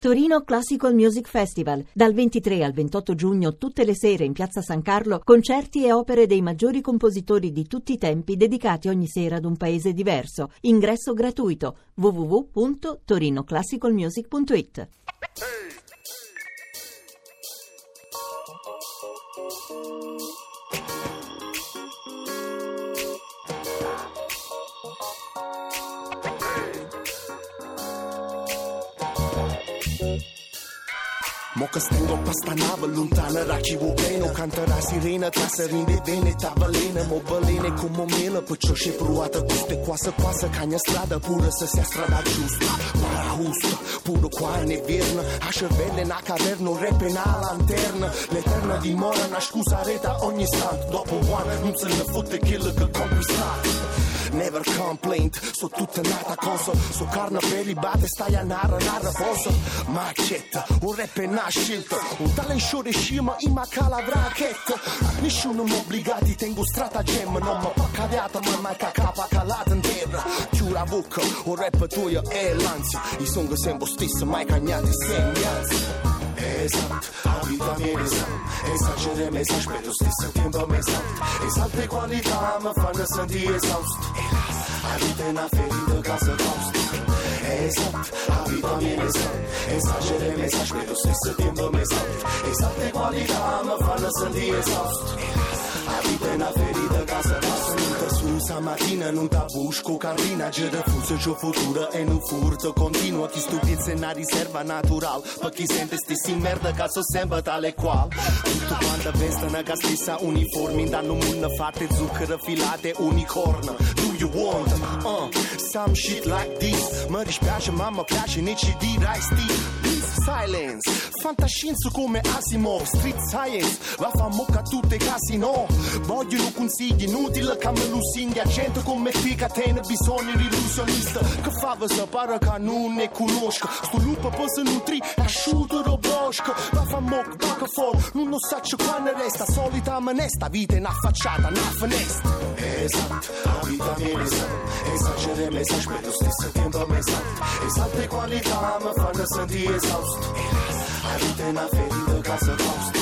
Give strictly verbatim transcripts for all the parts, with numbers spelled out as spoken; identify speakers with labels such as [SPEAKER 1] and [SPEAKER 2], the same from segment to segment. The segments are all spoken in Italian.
[SPEAKER 1] Torino Classical Music Festival. Dal ventitré al ventotto giugno, tutte le sere in Piazza San Carlo, concerti e opere dei maggiori compositori di tutti i tempi dedicati ogni sera ad un paese diverso. Ingresso gratuito. w w w punto torino classical music punto i t.
[SPEAKER 2] Mo che stendo pa sta nave lontana da chi vuoi bene, canta la sirena tra serine e vene, t'avvelena, mo balene come mela, perciò c'è provata queste quasi quasi cagna strada, pure se sia strada giusta, ma giusta, pure qua in inverno, a cervelle na caverna, un rap in una lanterna, l'eterna dimora, una scusa reta ogni istante, dopo one, non se ne fotte quello che conquistato. Never complained, so tutta nata cosa, so carne per i bate, stai a narra, narra posa, ma accetta, un rap è una scelta, un talent show di scima, in ma cala bracchetta, nessuno mi obbligati, tengo stratagemma, non mi pa cagata, ma mai capa calata in terra, chiura bocca, un rap tuo è l'ansia, i son che sempre stesso, mai cagnati sembianze. Esatto, la vita mia è esatta, esagere me s'aspetto stesso tempo me esatta, esatte qualità mi fanno sentire esausto, la vita è una ferita che si costa. Esatto, la vita mia è esatta, esagere me s'aspetto stesso tempo me esatta, esatte qualità mi fanno sentire esausto, la vita è una ferita che si costa. Su stamattina non ta busco carrina, c'è refuso, c'è futuro e non furto continua, chi stupizza è una riserva naturale, per chi sente stessi merda che so sempre tale qual. Tutto quanto vestono che stessa uniformi, danno munna fatte zucchero filate unicorno. Do you want uh, some shit like this? Mi dispiace ma mi piace ne ci dirai sti. Silence, fantascienza come Asimov, street science, va fa mocca a tutte casino. Vogliono consigli inutili che me lusinghi, a gente come te che tiene bisogno di illusionista, che fa sapere che non ne conosco. Sto lupo per se nutri, asciutto do bosco, va fa mocca, bacca fuori, non lo saccio quando resta, solita manesta, vita è una facciata, una finestra. Esatto, la vita mia è esatta, esagere me s'aspetto stesso tempo me esatta, esatte qualità mi fanno sentire esausto. La vita è una ferita che si costa.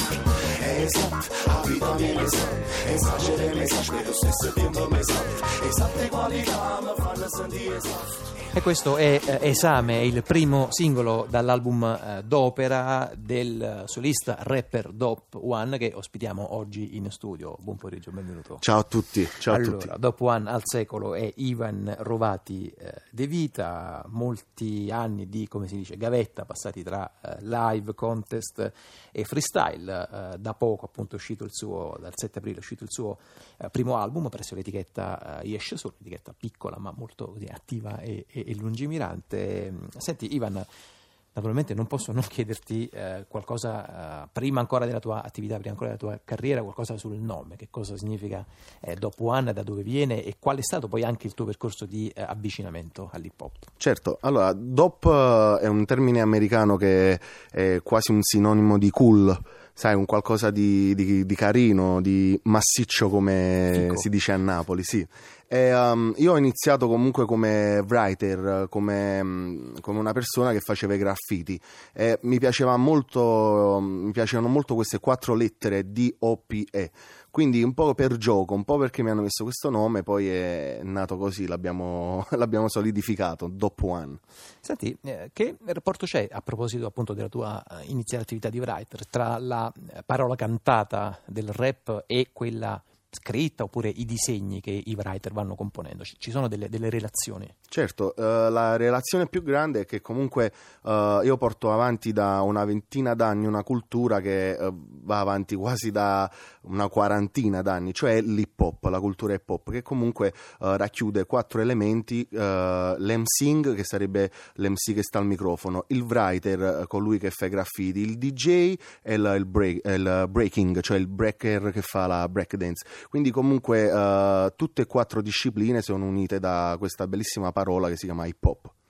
[SPEAKER 2] Esatto, la vita mia è esatta, esagere me s'aspetto stesso tempo me esatta, esatte qualità mi fanno sentire esausto.
[SPEAKER 3] E questo è eh, Esame, il primo singolo dall'album eh, d'opera del solista rapper Dop One che ospitiamo oggi in studio. Buon pomeriggio, benvenuto.
[SPEAKER 4] Ciao a tutti. Ciao
[SPEAKER 3] allora,
[SPEAKER 4] a tutti.
[SPEAKER 3] Dop One al secolo è Ivan Rovati eh, De Vita, molti anni di, come si dice, gavetta passati tra eh, live, contest e freestyle. Eh, da poco appunto è uscito il suo, dal sette aprile è uscito il suo eh, primo album presso l'etichetta eh, Yesh Soul, un'etichetta piccola ma molto così, attiva e, e e lungimirante. Senti Ivan, naturalmente non posso non chiederti eh, qualcosa eh, prima ancora della tua attività, prima ancora della tua carriera, qualcosa sul nome, che cosa significa eh, Dop One, da dove viene e qual è stato poi anche il tuo percorso di eh, avvicinamento all'hip hop.
[SPEAKER 4] Certo, allora Dop è un termine americano che è quasi un sinonimo di cool, sai, un qualcosa di, di, di carino, di massiccio come Fico. Si dice a Napoli, sì. E, um, io ho iniziato comunque come writer, come, come una persona che faceva i graffiti e mi piaceva molto, mi piacevano molto queste quattro lettere D O P E, quindi un po' per gioco, un po' perché mi hanno messo questo nome, poi è nato così, l'abbiamo, l'abbiamo solidificato, Dop One.
[SPEAKER 3] Senti, eh, che rapporto c'è a proposito appunto della tua iniziale attività di writer tra la parola cantata del rap e quella scritta oppure i disegni che i writer vanno componendo? Ci sono delle, delle relazioni?
[SPEAKER 4] Certo, uh, la relazione più grande è che comunque uh, io porto avanti da una ventina d'anni una cultura che uh, va avanti quasi da una quarantina d'anni, cioè l'hip hop, la cultura hip hop, che comunque uh, racchiude quattro elementi: uh, l'emcing, che sarebbe l'M C che sta al microfono, il writer, uh, colui che fa i graffiti, il D J e il, il, break, il breaking, cioè il breaker che fa la break dance. Quindi comunque uh, tutte e quattro discipline sono unite da questa bellissima parola che si chiama hip hop.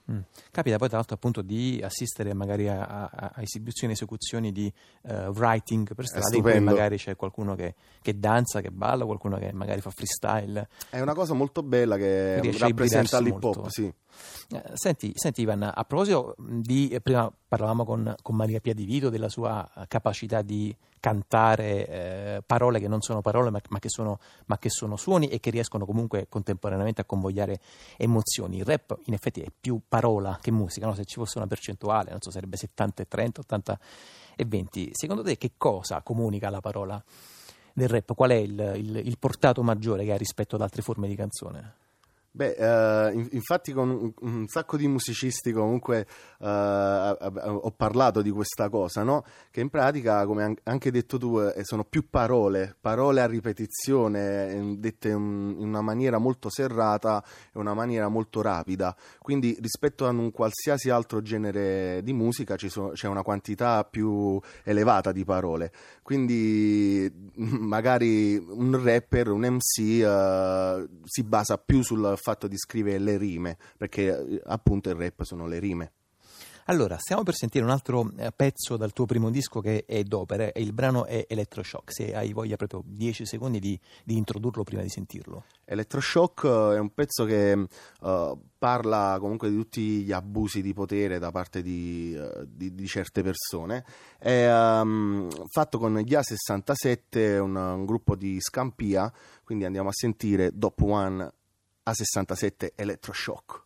[SPEAKER 3] Mm. Capita poi tra l'altro appunto di assistere magari a, a, a esibizioni, esecuzioni di uh, writing per strada in cui magari c'è qualcuno che, che danza, che balla, qualcuno che magari fa freestyle.
[SPEAKER 4] È una cosa molto bella che rappresenta l'hip hop, sì.
[SPEAKER 3] Eh, senti, senti Ivan, a proposito di, eh, prima parlavamo con, con Maria Pia Di Vito della sua capacità di cantare eh, parole che non sono parole ma, ma, che sono, ma che sono suoni e che riescono comunque contemporaneamente a convogliare emozioni. Il rap in effetti è più parola che musica, no? Se ci fosse una percentuale, non so, sarebbe settanta e trenta, ottanta e venti. Secondo te che cosa comunica la parola del rap? Qual è il, il, il portato maggiore che ha rispetto ad altre forme di canzone?
[SPEAKER 4] Beh, uh, infatti con un, un sacco di musicisti comunque uh, ho parlato di questa cosa, no? Che in pratica, come anche detto tu, eh, sono più parole, parole a ripetizione, eh, dette in una maniera molto serrata e una maniera molto rapida. Quindi rispetto a un qualsiasi altro genere di musica ci so, c'è una quantità più elevata di parole. Quindi magari un rapper, un M C uh, si basa più sul fatto di scrivere le rime, perché appunto il rap sono le rime.
[SPEAKER 3] Allora, stiamo per sentire un altro eh, pezzo dal tuo primo disco che è d'opera, e il brano è Electroshock. Se hai voglia proprio dieci secondi di, di introdurlo prima di sentirlo.
[SPEAKER 4] Electroshock è un pezzo che uh, parla comunque di tutti gli abusi di potere da parte di, uh, di, di certe persone. È um, fatto con gli A sessantasette, un, un gruppo di Scampia, quindi andiamo a sentire Dop One A sessantasette Electroshock.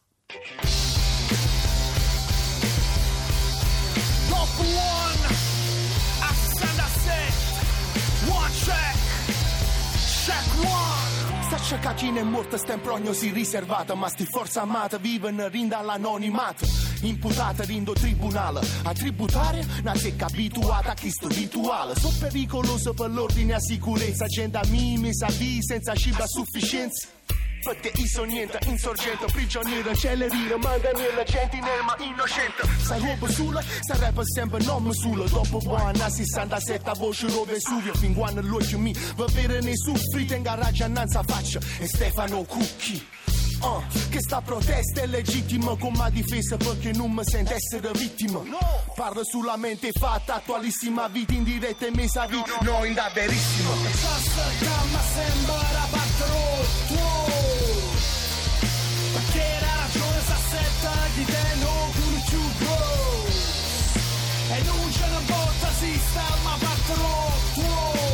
[SPEAKER 2] Dop One A sessantasette One check Check one. Sta cecchina è morta, sta in prognosi riservata, ma sti forza amata vivono rinda all'anonimato. Imputata rindo tribunale, a tributare una secca abituata a questo rituale. So pericoloso per l'ordine e sicurezza, gente a me, messa via senza cibo a sufficienza. Perché io sono niente, insorgente, prigioniero, celerino, manganiera, gente inerma, innocente. Sa roba sulla, sarebbe sempre non sulla. Dopo buona sessantasette a voce robe Vesuvio, fin quando l'occhio mi va bene nei soffri, tenga ragionanza faccia e Stefano Cucchi. Uh, che sta protesta è legittima con ma difesa perché non mi sento essere vittima. Parlo solamente fatta, attualissima vita in diretta e messa vita, no, in da verissima. Ma sembra patrotto perché la ragione s'assetta chi te non pure più gross e non c'è una volta si sta ma patrotto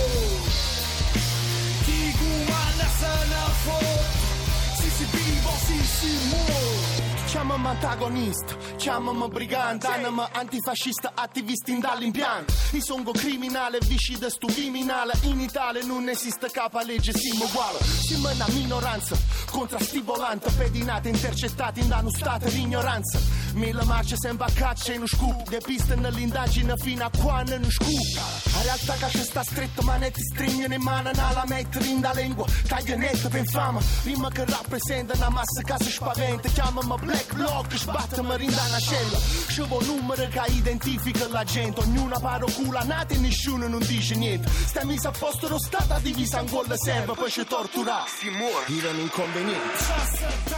[SPEAKER 2] chi comanda se ne fotte. Si vivo, si si muore. Chiamami antagonista, chiamami brigante, anima antifascista, attivista in dall'impianto. Io sono criminale, vici da stu criminale. In Italia non esiste capa legge, siamo uguali. Siamo una minoranza, contrasti volanti, pedinate, intercettate in danno stato di ignoranza. Mille marce sempre a caccia in un scoop, de piste nell'indagine fino a quando non scoop. La realtà che ci sta stretta, manetti stringono in mano, la mettere in da lingua, taglia netta per infama. Rima che rappresenta una massa che si spaventa, chiamami black block, sbattami in da una cella. Scevo numero che identifica la gente, ognuna paro culo nata e nessuno non dice niente. Stai messa a posto lo stato, divisa in quella serva, poi ci tortura. Si muore, divano inconvenienti.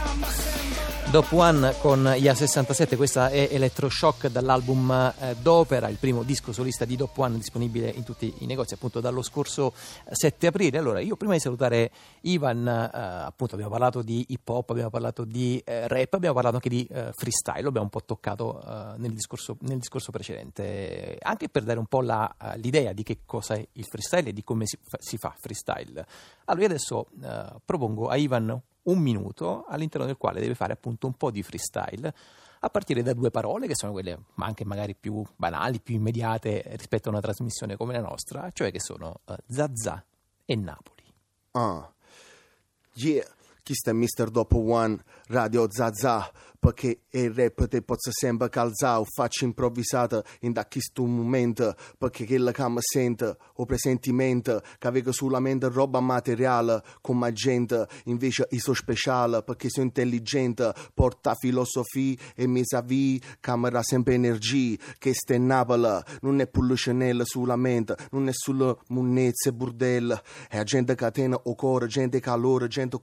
[SPEAKER 3] Dop One con gli A sessantasette, questa è Electroshock dall'album eh, d'opera, il primo disco solista di Dop One disponibile in tutti i negozi appunto dallo scorso sette aprile. Allora io prima di salutare Ivan eh, appunto abbiamo parlato di hip hop, abbiamo parlato di eh, rap, abbiamo parlato anche di eh, freestyle, lo abbiamo un po' toccato eh, nel, discorso, nel discorso precedente, anche per dare un po' la, uh, l'idea di che cosa è il freestyle e di come si fa, si fa freestyle. Allora io adesso eh, propongo a Ivan un minuto all'interno del quale deve fare appunto un po' di freestyle a partire da due parole che sono quelle ma anche magari più banali, più immediate rispetto a una trasmissione come la nostra, cioè che sono uh, Zazà e Napoli.
[SPEAKER 4] Ah, yeah, chi sta mister Dop One, Radio Zazà, perché il rap te possa sempre calzare o faccia improvvisata in da questo momento, perché quella che mi sente o presentimento che avevo solamente roba materiale come gente, invece io sono speciale perché sono intelligente, porta filosofia e mesa via, camera sempre energia, che sta in Napoli non è pulle Chanel solamente, non è solo munnezze e burdelle, è gente che tiene o cuore, gente calore, gente con mare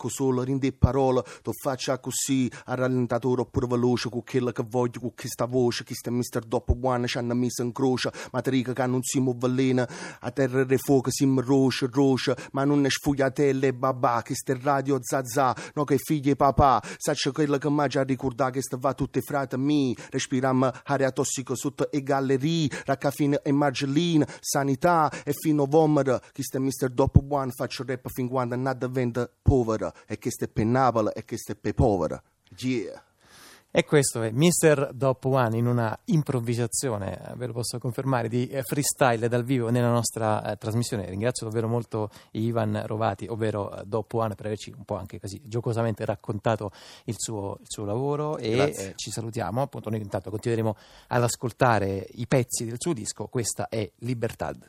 [SPEAKER 2] attacco solo, rinde parole, tu faccia così, a rallentatore oppure veloce, con quello che voglio, con questa voce, chi sta mister dopo one, ci hanno messo in croce, ma te rica che non siamo veleno, a terra e fuoco siamo roce, roce, ma non è sfogliatelle e babà, che sta radio zazà, no che figli e papà, saccia quello che mi ha già ricordato che sta va tutti frate mi, respiriamo aria tossica sotto e gallerie, raccafine e margelina, sanità e fino vomero, chi sta mister dopo one, faccio rap fin quando non diventa povera, e che sta per Napoli e che sta per povera, yeah.
[SPEAKER 3] E questo è mister Dop One in una improvvisazione, ve lo posso confermare, di freestyle dal vivo nella nostra eh, trasmissione. Ringrazio davvero molto Ivan Rovati, ovvero eh, Dop One, per averci un po' anche così giocosamente raccontato il suo, il suo lavoro, e eh, ci salutiamo. Appunto, noi intanto continueremo ad ascoltare i pezzi del suo disco. Questa è Libertad.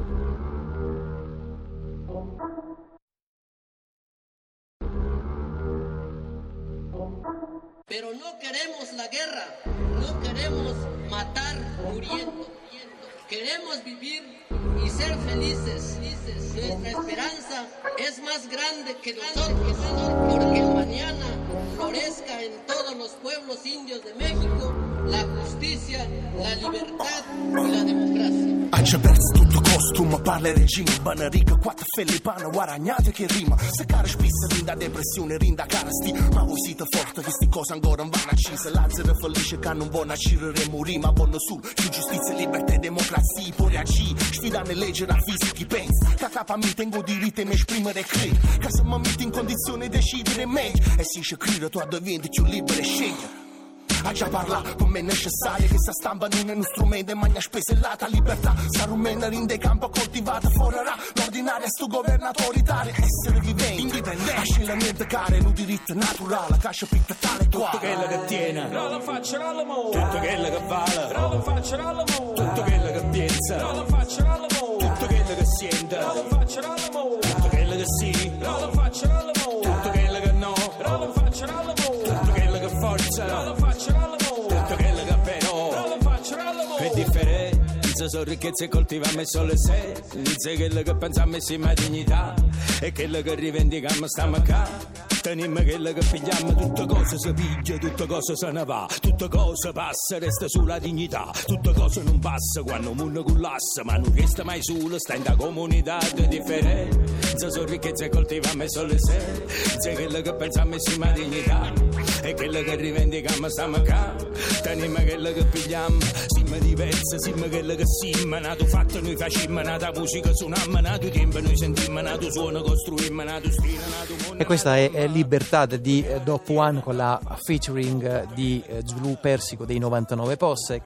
[SPEAKER 5] Pero no queremos la guerra, no queremos matar muriendo, queremos vivir y ser felices. Nuestra esperanza es más grande que nosotros, porque mañana florezca en todos los pueblos indios de México la justicia, la libertad y la democracia.
[SPEAKER 2] C'è perso tutto costume, parla regime, bana rica, quattro fellipane, guaragnate che rima. Se cara spissa, rinda depressione, rinda cara sti. Ma voi siete forti che sti cose ancora non vanno accise. Lazzaro felice che non vuole accirere e morire, ma buono sul, più giustizia, libertà e democrazia, può reagire, sfidare legge la fisica, chi pensa. Che a capo mi tengo diritto di esprimere e credere, che se mi metti in condizione di decidere meglio, e si dice credere tu diventi più libero e scegliere. A già parla come è necessario, che sta stampa non è uno strumento e magna spesellata libertà, sta rumena rinde campo coltivata, forerà l'ordinaria sto governo autoritario, essere viventi, indipendenti, ascellamente care, un diritto naturale, cascia pittale tua.
[SPEAKER 6] Tutto quello che tiene, non lo faccio all'amore, tutto quello che vale, non lo faccio all'amore, tutto quello che pensa, non lo faccio all'amore, tutto quello che sente, non lo faccio all'amore, tutto quello che sì, non lo faccio all'amore, tutto quello che no, non lo faccio all'amore, tutto quello che forza, non lo faccio all'amore, tutto quello che però, non lo faccio all'amore. È differenza, sono ricchezza e coltiviamo solo se, inizia quello che pensiamo insieme a dignità, e quello che rivendichiamo stiamo qua. Teniamo quello che pigliamo, tutte cose si piglia, tutte cose se ne va, tutte cose passa, resta sulla dignità, tutte cose non passa quando il mondo collassa, ma non resta mai solo, sta in da comunità di differenza, sono ricchezza e coltiviamo solo se, se quello che pensiamo insieme a dignità, e quello che rivendichiamo stiamo qua, teniamo quello che pigliamo, siamo diversi, siamo quello che siamo, nato fatto noi facciamo, nata musica suonammo, nato tempo noi sentimmo, nato suono costruimmo, nato stile, nato mondo.
[SPEAKER 3] E questa è, è Libertad di eh, Dop One con la featuring di eh, Zulu Persico dei novantanove Posse.